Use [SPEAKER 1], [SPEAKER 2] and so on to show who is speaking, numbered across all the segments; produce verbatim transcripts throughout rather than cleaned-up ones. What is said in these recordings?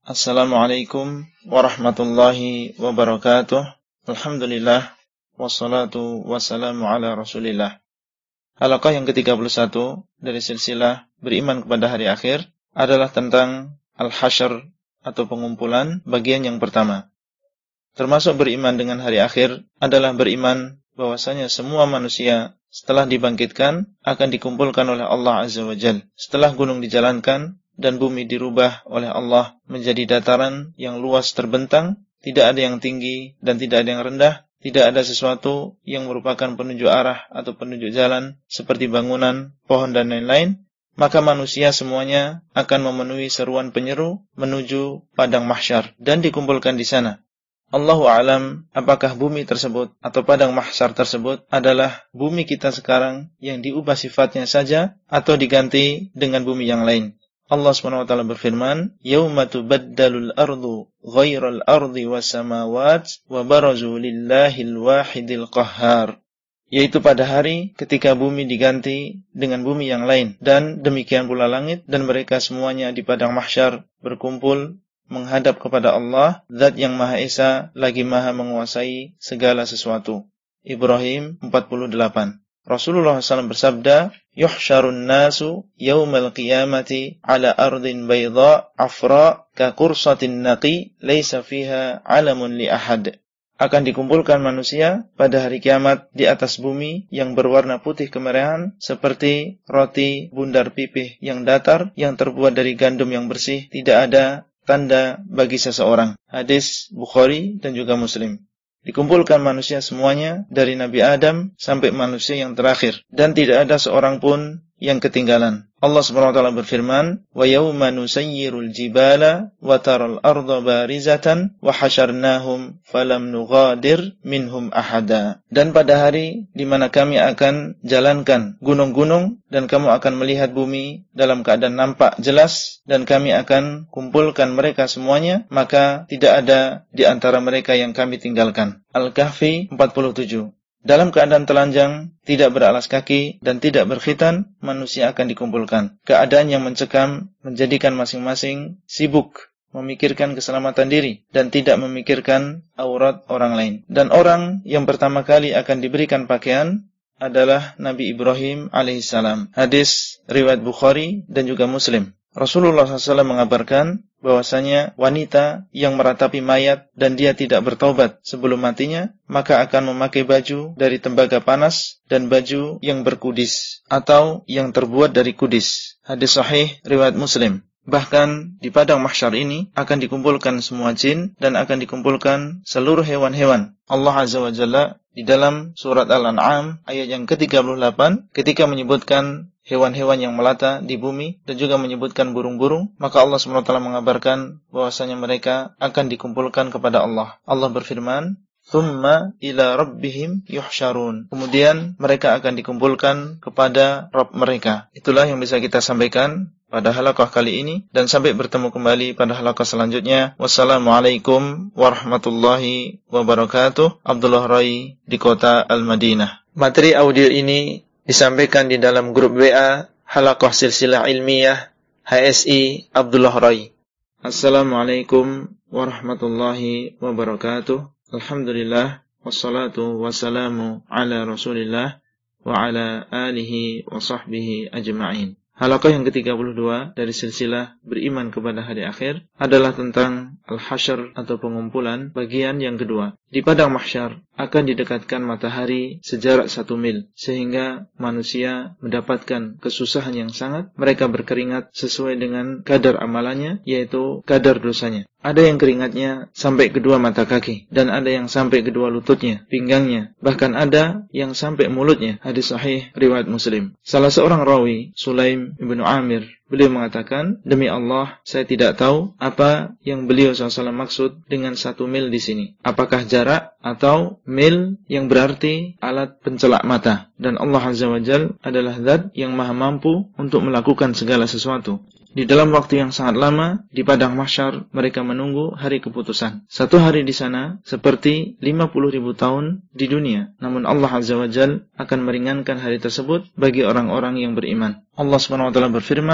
[SPEAKER 1] Assalamualaikum warahmatullahi wabarakatuh. Alhamdulillah, wassalatu wassalamu ala rasulillah. Halaqah yang ke tiga puluh satu dari silsilah beriman kepada hari akhir adalah tentang al-hasyr atau pengumpulan bagian yang pertama. Termasuk beriman dengan hari akhir adalah beriman bahwasanya semua manusia setelah dibangkitkan akan dikumpulkan oleh Allah Azza wa Jalla. Setelah gunung dijalankan dan bumi dirubah oleh Allah menjadi dataran yang luas terbentang, tidak ada yang tinggi dan tidak ada yang rendah, tidak ada sesuatu yang merupakan penunjuk arah atau penunjuk jalan seperti bangunan, pohon dan lain-lain, maka manusia semuanya akan memenuhi seruan penyeru menuju padang mahsyar dan dikumpulkan di sana. Allahu a'lam apakah bumi tersebut atau padang mahsyar tersebut adalah bumi kita sekarang yang diubah sifatnya saja atau diganti dengan bumi yang lain. Allah subhanahu wa taala berfirman, "Yauma tubaddalul ardu ghairal ardi was samawat wa barazu lillahil wahidil qahhar." Yaitu pada hari ketika bumi diganti dengan bumi yang lain dan demikian pula langit dan mereka semuanya di padang mahsyar berkumpul menghadap kepada Allah, Zat yang Maha Esa lagi Maha menguasai segala sesuatu. Ibrahim empat puluh delapan. Rasulullah shallallahu alaihi wasallam bersabda, "Yuhsyarun nasu yaumal qiyamati ala ardin bayda afra ka qursatin naqi laisa fiha alamun li ahad." Akan dikumpulkan manusia pada hari kiamat di atas bumi yang berwarna putih kemerahan seperti roti bundar pipih yang datar yang terbuat dari gandum yang bersih, tidak ada tanda bagi seseorang. Hadis Bukhari dan juga Muslim. Dikumpulkan manusia semuanya dari Nabi Adam sampai manusia yang terakhir dan tidak ada seorang pun yang ketinggalan. Allah Subhanahu wa taala berfirman, "Wa yauma nusayyirul jibala wa taral arda barizatan wa hasyarnahum falam nughadir minhum ahada." Dan pada hari di mana kami akan jalankan gunung-gunung dan kamu akan melihat bumi dalam keadaan nampak jelas dan kami akan kumpulkan mereka semuanya, maka tidak ada di antara mereka yang kami tinggalkan. Al-Kahfi empat puluh tujuh. Dalam keadaan telanjang, tidak beralas kaki, dan tidak berkhitan, manusia akan dikumpulkan. Keadaan yang mencekam menjadikan masing-masing sibuk memikirkan keselamatan diri dan tidak memikirkan aurat orang lain. Dan orang yang pertama kali akan diberikan pakaian adalah Nabi Ibrahim alaihissalam. Hadis riwayat Bukhari dan juga Muslim. Rasulullah shallallahu alaihi wasallam mengabarkan bahwasanya wanita yang meratapi mayat dan dia tidak bertaubat sebelum matinya, maka akan memakai baju dari tembaga panas dan baju yang berkudis atau yang terbuat dari kudis. Hadis sahih riwayat Muslim. Bahkan di padang mahsyar ini akan dikumpulkan semua jin dan akan dikumpulkan seluruh hewan-hewan. Allah Azza wa Jalla di dalam surat Al-An'am ayat yang ke tiga puluh delapan ketika menyebutkan hewan-hewan yang melata di bumi dan juga menyebutkan burung-burung, maka Allah subhanahu wa taala mengabarkan bahwasanya mereka akan dikumpulkan kepada Allah. Allah berfirman, "Tsumma ila rabbihim yuhsyarun." Kemudian mereka akan dikumpulkan kepada Rabb mereka. Itulah yang bisa kita sampaikan pada halaqah kali ini dan sampai bertemu kembali pada halaqah selanjutnya. Wassalamualaikum warahmatullahi wabarakatuh. Abdullah Rai di kota Al-Madinah. Materi audio ini disampaikan di dalam grup W A Halaqah Silsilah Ilmiah H S I Abdullah Rai. Assalamualaikum warahmatullahi wabarakatuh. Alhamdulillah wassalatu wassalamu ala Rasulillah wa ala alihi wa sahbihi ajma'in. Halaqah yang ke tiga puluh dua dari silsilah beriman kepada hari akhir adalah tentang al-hasyr atau pengumpulan bagian yang kedua. Di padang mahsyar akan didekatkan matahari sejarak satu mil sehingga manusia mendapatkan kesusahan yang sangat. Mereka berkeringat sesuai dengan kadar amalannya, yaitu kadar dosanya. Ada yang keringatnya sampai kedua mata kaki dan ada yang sampai kedua lututnya, pinggangnya, bahkan ada yang sampai mulutnya. Hadis sahih riwayat Muslim. Salah seorang rawi, Sulaim ibnu Amir, beliau mengatakan, "Demi Allah, saya tidak tahu apa yang beliau shallallahu alaihi wasallam maksud dengan satu mil di sini. Apakah jarak atau mil yang berarti alat pencelak mata? Dan Allah Azza wa Jalla adalah Zat yang Maha mampu untuk melakukan segala sesuatu." Di dalam waktu yang sangat lama, di padang mahsyar, mereka menunggu hari keputusan. Satu hari di sana seperti lima puluh ribu tahun di dunia. Namun Allah Azza wa Jalla akan meringankan hari tersebut bagi orang-orang yang beriman. Allah Subhanahu wa taala berfirman,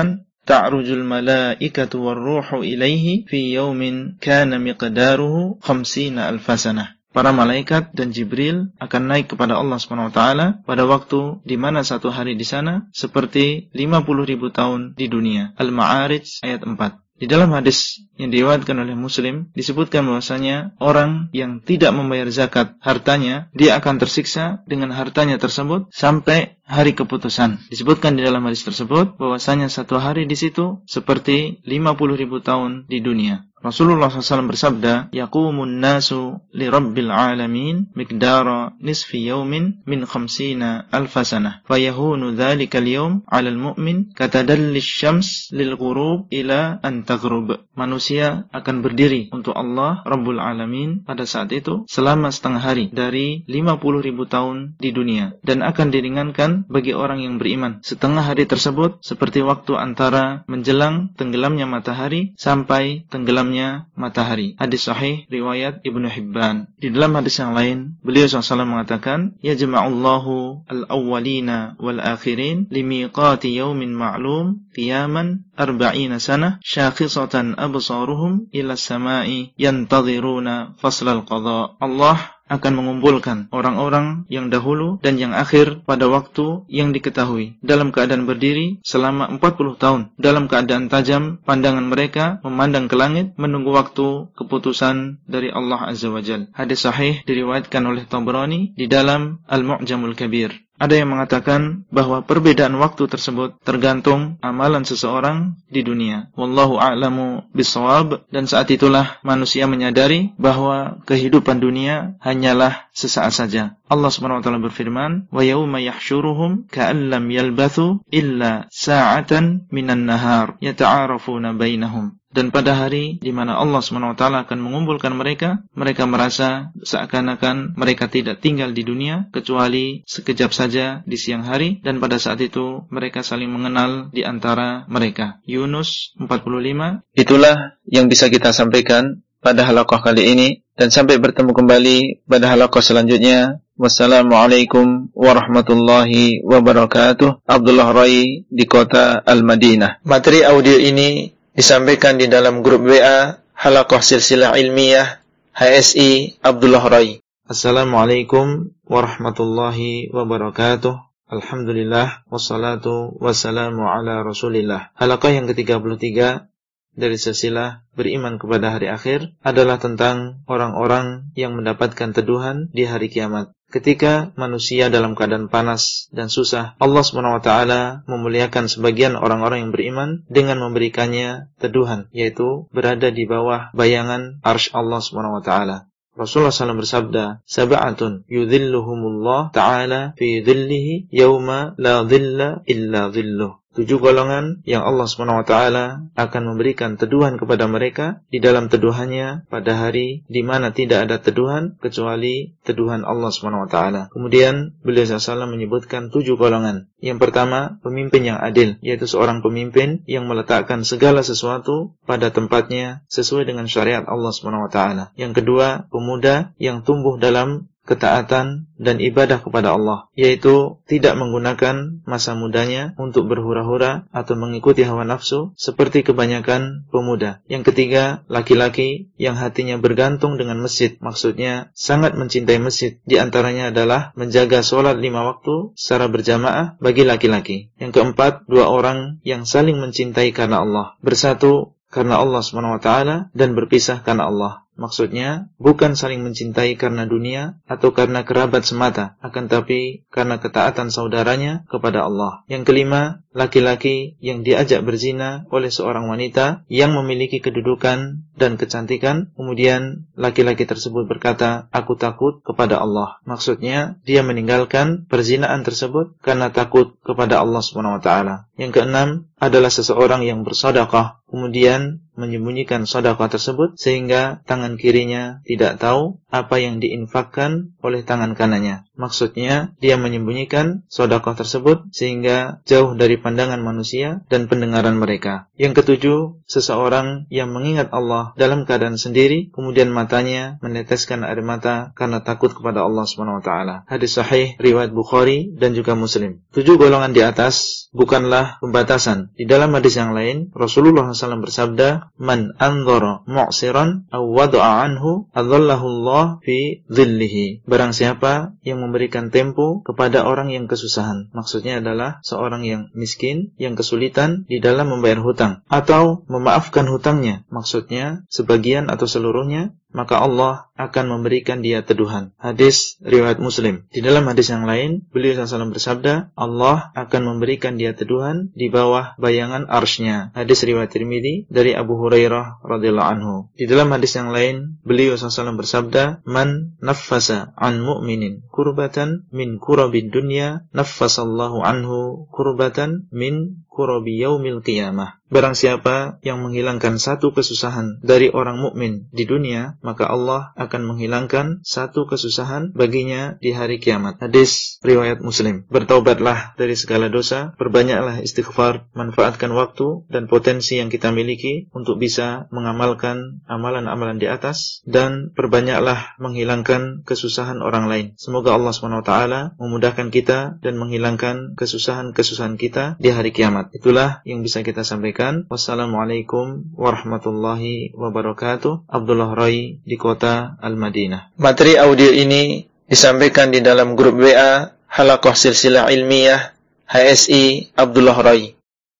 [SPEAKER 1] ta'rujul malaikatu warruhu ilaihi fi yaumin kana miqdaruhu khamsina alfasanah. Para malaikat dan Jibril akan naik kepada Allah Subhanahu wa taala pada waktu di mana satu hari di sana seperti lima puluh ribu tahun di dunia. Al-Ma'arij ayat empat. Di dalam hadis yang diriwayatkan oleh Muslim disebutkan bahwasanya orang yang tidak membayar zakat hartanya, dia akan tersiksa dengan hartanya tersebut sampai hari keputusan. Disebutkan di dalam hadis tersebut bahwasanya satu hari di situ seperti lima puluh ribu tahun di dunia. Rasulullah shallallahu alaihi wasallam bersabda, yaqumun nasu li rabbil alamin miqdara nisfi yaumin min khamsina alfasanah fayahunu dhalika al-yawm 'ala al-mu'min katadallis syams lil ghurub ila an taghrub. Manusia akan berdiri untuk Allah Rabbul Alamin pada saat itu selama setengah hari dari lima puluh ribu tahun di dunia, dan akan diringankan bagi orang yang beriman setengah hari tersebut seperti waktu antara menjelang tenggelamnya matahari sampai tenggelam matahari. Hadis sahih riwayat Ibnu Hibban. Di dalam hadis yang lain, beliau shallallahu alaihi wasallam mengatakan, yajma'ullahu al-awwalina wal-akhirin limiqati yaumin ma'lum qiyaman arba'ina sanah syakhisatan absaruhum ila samai yantadhiruna faslal qada. Allah akan mengumpulkan orang-orang yang dahulu dan yang akhir pada waktu yang diketahui dalam keadaan berdiri selama empat puluh tahun, dalam keadaan tajam pandangan mereka memandang ke langit menunggu waktu keputusan dari Allah Azza wa Jalla. Hadis sahih diriwayatkan oleh Tabrani di dalam Al-Mu'jamul Kabir. Ada yang mengatakan bahwa perbedaan waktu tersebut tergantung amalan seseorang di dunia. Wallahu a'lamu bissawab. Dan saat itulah manusia menyadari bahwa kehidupan dunia hanyalah sesaat saja. Allah Subhanahu wa taala berfirman, "Wa yauma yahsyuruhum ka'an lam yalbathu illa sa'atan minan nahar yata'arafuna bainahum." Dan pada hari di mana Allah subhanahu wa taala akan mengumpulkan mereka, mereka merasa seakan-akan mereka tidak tinggal di dunia kecuali sekejap saja di siang hari, dan pada saat itu mereka saling mengenal di antara mereka. Yunus empat puluh lima. Itulah yang bisa kita sampaikan pada halaqah kali ini, dan sampai bertemu kembali pada halaqah selanjutnya. Wassalamualaikum warahmatullahi wabarakatuh. Abdullah Rai di kota Al-Madinah. Materi audio ini disampaikan di dalam grup W A Halaqah Silsilah Ilmiah H S I Abdullah Rai. Assalamualaikum warahmatullahi wabarakatuh. Alhamdulillah wassalatu wassalamu ala Rasulillah. Halaqah yang ke tiga puluh tiga dari silsilah beriman kepada hari akhir adalah tentang orang-orang yang mendapatkan teduhan di hari kiamat. Ketika manusia dalam keadaan panas dan susah, Allah subhanahu wa taala memuliakan sebagian orang-orang yang beriman dengan memberikannya teduhan, yaitu berada di bawah bayangan arsy Allah subhanahu wa taala. Rasulullah shallallahu alaihi wasallam bersabda, "Sab'atun yudhilluhumullah ta'ala fi dhillihi yawma la dhilla illa dhilluh." Tujuh golongan yang Allah subhanahu wa taala akan memberikan teduhan kepada mereka di dalam teduhannya pada hari di mana tidak ada teduhan kecuali teduhan Allah subhanahu wa taala. Kemudian beliau shallallahu alaihi wasallam menyebutkan tujuh golongan. Yang pertama, pemimpin yang adil, yaitu seorang pemimpin yang meletakkan segala sesuatu pada tempatnya sesuai dengan syariat Allah subhanahu wa taala. Yang kedua, pemuda yang tumbuh dalam ketaatan dan ibadah kepada Allah, yaitu tidak menggunakan masa mudanya untuk berhura-hura atau mengikuti hawa nafsu seperti kebanyakan pemuda. Yang ketiga, laki-laki yang hatinya bergantung dengan masjid, maksudnya sangat mencintai masjid. Di antaranya adalah menjaga sholat lima waktu secara berjamaah bagi laki-laki. Yang keempat, dua orang yang saling mencintai karena Allah, bersatu karena Allah subhanahu wa taala dan berpisah karena Allah. Maksudnya bukan saling mencintai karena dunia atau karena kerabat semata, akan tapi karena ketaatan saudaranya kepada Allah. Yang kelima, laki-laki yang diajak berzina oleh seorang wanita yang memiliki kedudukan dan kecantikan, kemudian laki-laki tersebut berkata, "Aku takut kepada Allah." Maksudnya dia meninggalkan perzinaan tersebut karena takut kepada Allah subhanahu wa taala. Yang keenam adalah seseorang yang bersedekah kemudian menyembunyikan sedekah tersebut sehingga tangan kirinya tidak tahu apa yang diinfakkan oleh tangan kanannya. Maksudnya dia menyembunyikan sedekah tersebut sehingga jauh dari pandangan manusia dan pendengaran mereka. Yang ketujuh, seseorang yang mengingat Allah dalam keadaan sendiri, kemudian matanya meneteskan air mata karena takut kepada Allah Subhanahu wa taala. Hadis sahih riwayat Bukhari dan juga Muslim. Tujuh golongan di atas bukanlah pembatasan. Di dalam hadis yang lain, Rasulullah shallallahu alaihi wasallam bersabda, "Man anzara mu'siran aw wada'a anhu, adhallahu Allah fi dhillihi." Barang siapa yang memberikan tempo kepada orang yang kesusahan. Maksudnya adalah seorang yang miskin, yang kesulitan di dalam membayar hutang, atau memaafkan hutangnya, maksudnya sebagian atau seluruhnya, maka Allah akan memberikan dia teduhan. Hadis riwayat Muslim. Di dalam hadis yang lain, beliau shallallahu alaihi wasallam bersabda, Allah akan memberikan dia teduhan di bawah bayangan arsy-Nya. Hadis riwayat Tirmidzi dari Abu Hurairah radhiyallahu anhu. Di dalam hadis yang lain, beliau shallallahu alaihi wasallam bersabda, Man naffasa an mu'minin kurbatan min kurabid dunya, naffasallahu anhu kurbatan min kurabi yaumil qiyamah. Barang siapa yang menghilangkan satu kesusahan dari orang mukmin di dunia, maka Allah akan menghilangkan satu kesusahan baginya di hari kiamat. Hadis riwayat Muslim. Bertaubatlah dari segala dosa, perbanyaklah istighfar, manfaatkan waktu dan potensi yang kita miliki untuk bisa mengamalkan amalan-amalan di atas, dan perbanyaklah menghilangkan kesusahan orang lain. Semoga Allah subhanahu wa taala memudahkan kita dan menghilangkan kesusahan-kesusahan kita di hari kiamat. Itulah yang bisa kita sampaikan. Wassalamualaikum warahmatullahi wabarakatuh. Abdullah Rai di kota Al-Madinah. Materi audio ini disampaikan di dalam grup W A Halaqah Silsilah Ilmiah H S I Abdullah Rai.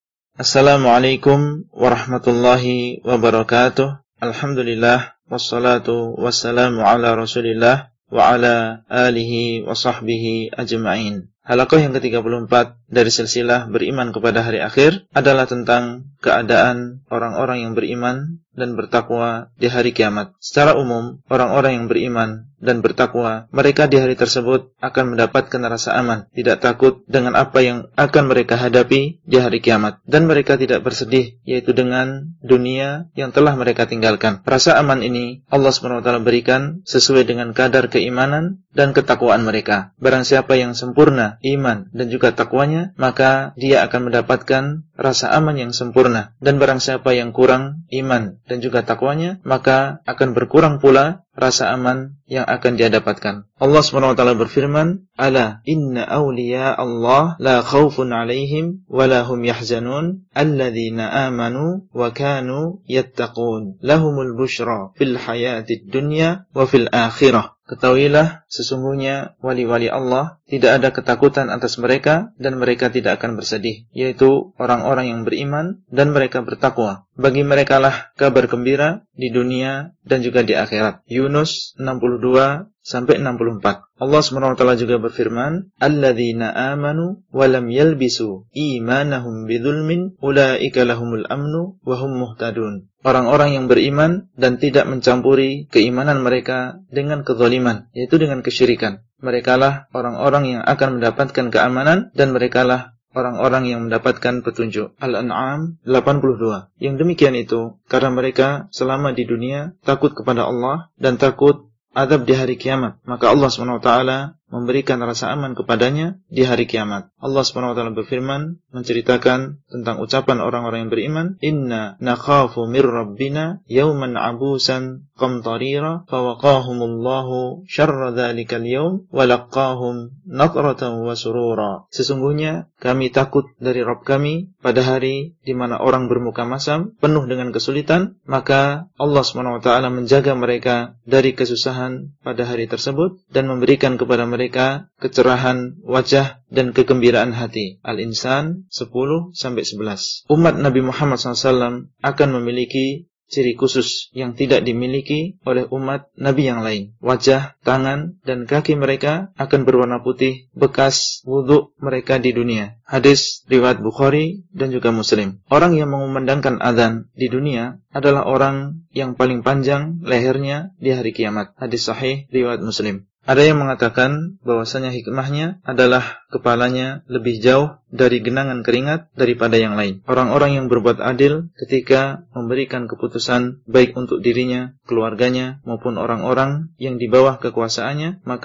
[SPEAKER 1] Assalamualaikum warahmatullahi wabarakatuh. Alhamdulillah, wassalatu wassalamu ala Rasulillah wa ala alihi wa sahbihi ajma'in. Halaqah yang ke tiga puluh empat dari silsilah beriman kepada hari akhir adalah tentang keadaan orang-orang yang beriman dan bertakwa di hari kiamat. Secara umum, orang-orang yang beriman dan bertakwa, mereka di hari tersebut akan mendapatkan rasa aman, tidak takut dengan apa yang akan mereka hadapi di hari kiamat, dan mereka tidak bersedih, yaitu dengan dunia yang telah mereka tinggalkan. Rasa aman ini Allah subhanahu wa taala berikan sesuai dengan kadar keimanan dan ketakwaan mereka. Barang siapa yang sempurna iman dan juga takwanya, maka dia akan mendapatkan rasa aman yang sempurna. Dan barang siapa yang kurang iman dan juga takwanya, maka akan berkurang pula rasa aman yang akan dia dapatkan. Allah subhanahu wa taala berfirman, Ala inna awliya Allah la khawfun alaihim wa la hum yahzanun alladzina amanu wa kanu yattaqun lahumul bushra fil hayatid dunya wa fil akhirah. Ketahuilah, sesungguhnya wali-wali Allah tidak ada ketakutan atas mereka dan mereka tidak akan bersedih, yaitu orang-orang yang beriman dan mereka bertakwa. Bagi merekalah kabar gembira di dunia dan juga di akhirat. Yunus enam puluh dua sampai enam puluh empat. Allah subhanahu wa taala juga berfirman, Alladzina amanu wa lam yalbisu imanahum bidzulmin ulaika lahumul amnu wa hum muhtadun. Orang-orang yang beriman dan tidak mencampuri keimanan mereka dengan kezaliman, yaitu dengan kesyirikan. Merekalah orang-orang yang akan mendapatkan keamanan dan merekalah orang-orang yang mendapatkan petunjuk. Al-An'am delapan puluh dua. Yang demikian itu karena mereka selama di dunia takut kepada Allah dan takut azab di hari kiamat, maka Allah subhanahu wa taala memberikan rasa aman kepadanya di hari kiamat. Allah subhanahu wa taala berfirman menceritakan tentang ucapan orang-orang yang beriman, Inna nakhafu mir rabbina yawman abusan qamtarira fawaqahumullahu syarra dzalikal yawm wa laqahum nadratan wa surura. Sesungguhnya kami takut dari Rabb kami pada hari di mana orang bermuka masam penuh dengan kesulitan, maka Allah subhanahu wa taala menjaga mereka dari kesusahan pada hari tersebut dan memberikan kepada mereka mereka kecerahan wajah dan kegembiraan hati. Al-Insan sepuluh sampai sebelas. Umat Nabi Muhammad shallallahu alaihi wasallam akan memiliki ciri khusus yang tidak dimiliki oleh umat Nabi yang lain. Wajah, tangan, dan kaki mereka akan berwarna putih bekas wudhu mereka di dunia. Hadis riwayat Bukhari dan juga Muslim. Orang yang mengumandangkan azan di dunia adalah orang yang paling panjang lehernya di hari kiamat. Hadis sahih riwayat Muslim. Ada yang mengatakan bahwasanya hikmahnya adalah kepalanya lebih jauh dari genangan keringat daripada yang lain. Orang-orang yang berbuat adil ketika memberikan keputusan baik untuk dirinya, keluarganya, maupun orang-orang yang di bawah kekuasaannya, maka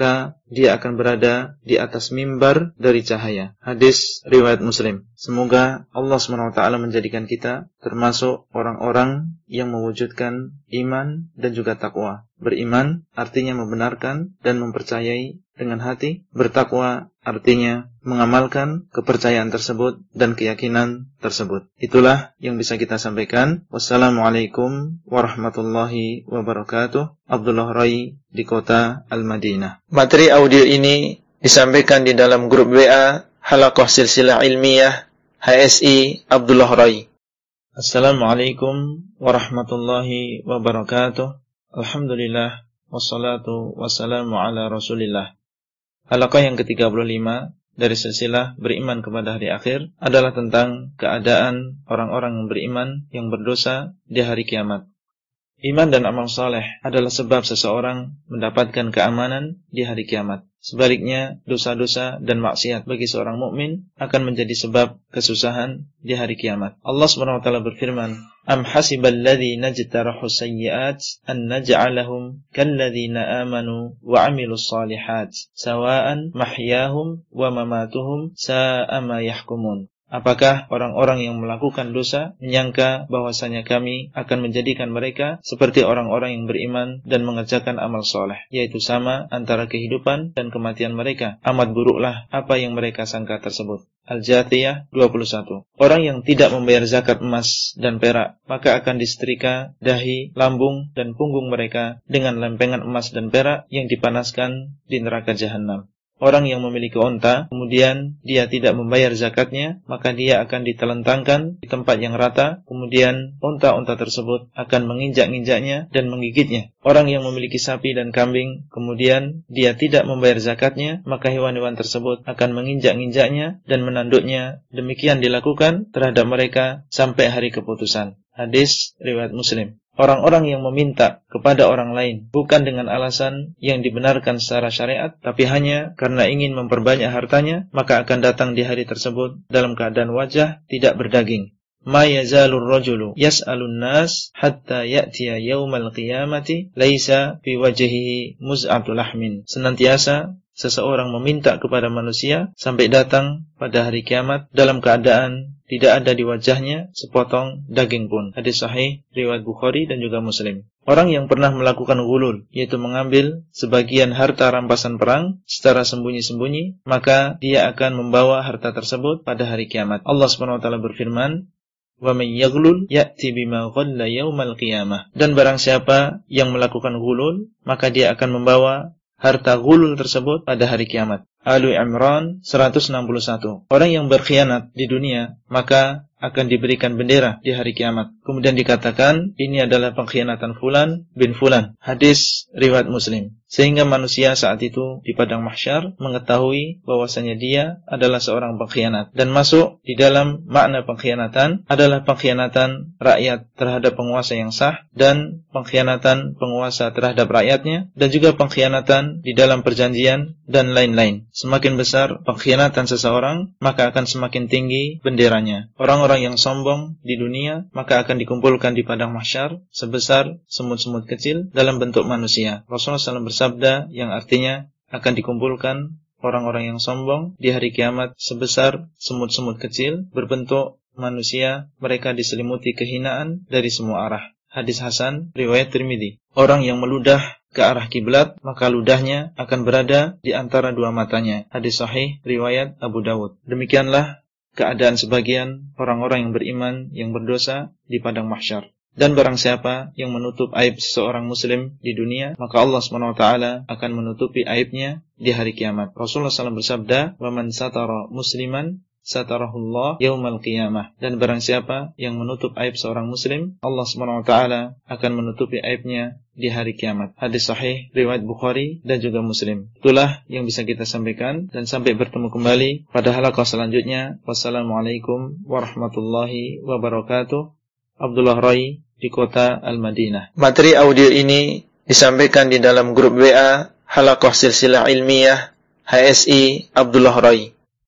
[SPEAKER 1] dia akan berada di atas mimbar dari cahaya. Hadis riwayat Muslim. Semoga Allah subhanahu wa taala menjadikan kita termasuk orang-orang yang mewujudkan iman dan juga takwa. Beriman artinya membenarkan dan mempercayai dengan hati. Bertakwa artinya mengamalkan kepercayaan tersebut dan keyakinan tersebut. Itulah yang bisa kita sampaikan. Wassalamualaikum warahmatullahi wabarakatuh. Abdullah Rai di kota Al-Madinah. Materi audio ini disampaikan di dalam grup W A Halaqah Silsilah Ilmiah H S I Abdullah Rai. Assalamualaikum warahmatullahi wabarakatuh. Alhamdulillah wassalatu wassalamu ala Rasulillah. Halaqah yang ke tiga puluh lima dari silsilah beriman kepada hari akhir adalah tentang keadaan orang-orang yang beriman yang berdosa di hari kiamat. Iman dan amal saleh adalah sebab seseorang mendapatkan keamanan di hari kiamat. Sebaliknya, dosa-dosa dan maksiat bagi seorang mukmin akan menjadi sebab kesusahan di hari kiamat. Allah subhanahu wa taala berfirman, "Am hasibal ladzina jtarahu sayyi'at an naj'alahum kalladzina amanu wa 'amilus shalihat sawa'an mahyahum wa mamatuhum sa'a ma yahkumun." Apakah orang-orang yang melakukan dosa menyangka bahwasanya kami akan menjadikan mereka seperti orang-orang yang beriman dan mengerjakan amal soleh, yaitu sama antara kehidupan dan kematian mereka? Amat buruklah apa yang mereka sangka tersebut. Al-Jathiyah dua puluh satu. Orang yang tidak membayar zakat emas dan perak, maka akan disetrika dahi, lambung, dan punggung mereka dengan lempengan emas dan perak yang dipanaskan di neraka jahanam. Orang yang memiliki onta, kemudian dia tidak membayar zakatnya, maka dia akan ditelentangkan di tempat yang rata, kemudian onta-onta tersebut akan menginjak-injaknya dan menggigitnya. Orang yang memiliki sapi dan kambing, kemudian dia tidak membayar zakatnya, maka hewan-hewan tersebut akan menginjak-injaknya dan menanduknya. Demikian dilakukan terhadap mereka sampai hari keputusan. Hadis riwayat Muslim. Orang-orang yang meminta kepada orang lain bukan dengan alasan yang dibenarkan secara syariat, tapi hanya karena ingin memperbanyak hartanya, maka akan datang di hari tersebut dalam keadaan wajah tidak berdaging. Ma yazalur rajulu yas'alun nas hatta ya'tiya yaumal qiyamati laisa fi wajhihi muz'atu lahmin. Senantiasa seseorang meminta kepada manusia sampai datang pada hari kiamat dalam keadaan tidak ada di wajahnya sepotong daging pun. Hadis sahih riwayat Bukhari dan juga Muslim. Orang yang pernah melakukan ghulul, yaitu mengambil sebagian harta rampasan perang secara sembunyi-sembunyi, maka dia akan membawa harta tersebut pada hari kiamat. Allah subhanahu wa taala berfirman, "Wa man yaghlul ya'ti bima ghalla yaumal qiyamah." Dan barang siapa yang melakukan ghulul, maka dia akan membawa harta ghulul tersebut pada hari kiamat. Ali Imran seratus enam puluh satu. Orang yang berkhianat di dunia, maka akan diberikan bendera di hari kiamat. Kemudian dikatakan, ini adalah pengkhianatan fulan bin fulan. Hadis riwayat Muslim. Sehingga manusia saat itu di padang mahsyar mengetahui bahwasanya dia adalah seorang pengkhianat. Dan masuk di dalam makna pengkhianatan adalah pengkhianatan rakyat terhadap penguasa yang sah, dan pengkhianatan penguasa terhadap rakyatnya, dan juga pengkhianatan di dalam perjanjian dan lain-lain. Semakin besar pengkhianatan seseorang, maka akan semakin tinggi benderanya. Orang-orang yang sombong di dunia, maka akan dikumpulkan di padang mahsyar sebesar semut-semut kecil dalam bentuk manusia. Rasulullah shallallahu alaihi wasallam bersabda yang artinya akan dikumpulkan orang-orang yang sombong di hari kiamat sebesar semut-semut kecil berbentuk manusia, mereka diselimuti kehinaan dari semua arah. Hadis hasan riwayat Tirmidzi. Orang yang meludah ke arah kiblat, maka ludahnya akan berada di antara dua matanya. Hadis sahih riwayat Abu Dawud. Demikianlah keadaan sebagian orang-orang yang beriman yang berdosa di padang mahsyar. Dan barang siapa yang menutup aib seseorang muslim di dunia, maka Allah subhanahu wa taala akan menutupi aibnya di hari kiamat. Rasulullah shallallahu alaihi wasallam bersabda, "Wa man satara musliman satarahullah yaumal qiyamah." Dan barang siapa yang menutup aib seorang muslim, Allah subhanahu wa taala akan menutupi aibnya di hari kiamat. Hadis sahih riwayat Bukhari dan juga Muslim. Itulah yang bisa kita sampaikan, dan sampai bertemu kembali pada halaqah selanjutnya. Wassalamualaikum warahmatullahi wabarakatuh. Abdullah Rai di kota Al-Madinah. Materi audio ini disampaikan di dalam grup W A Halaqah Silsilah Ilmiah H S I Abdullah Rai.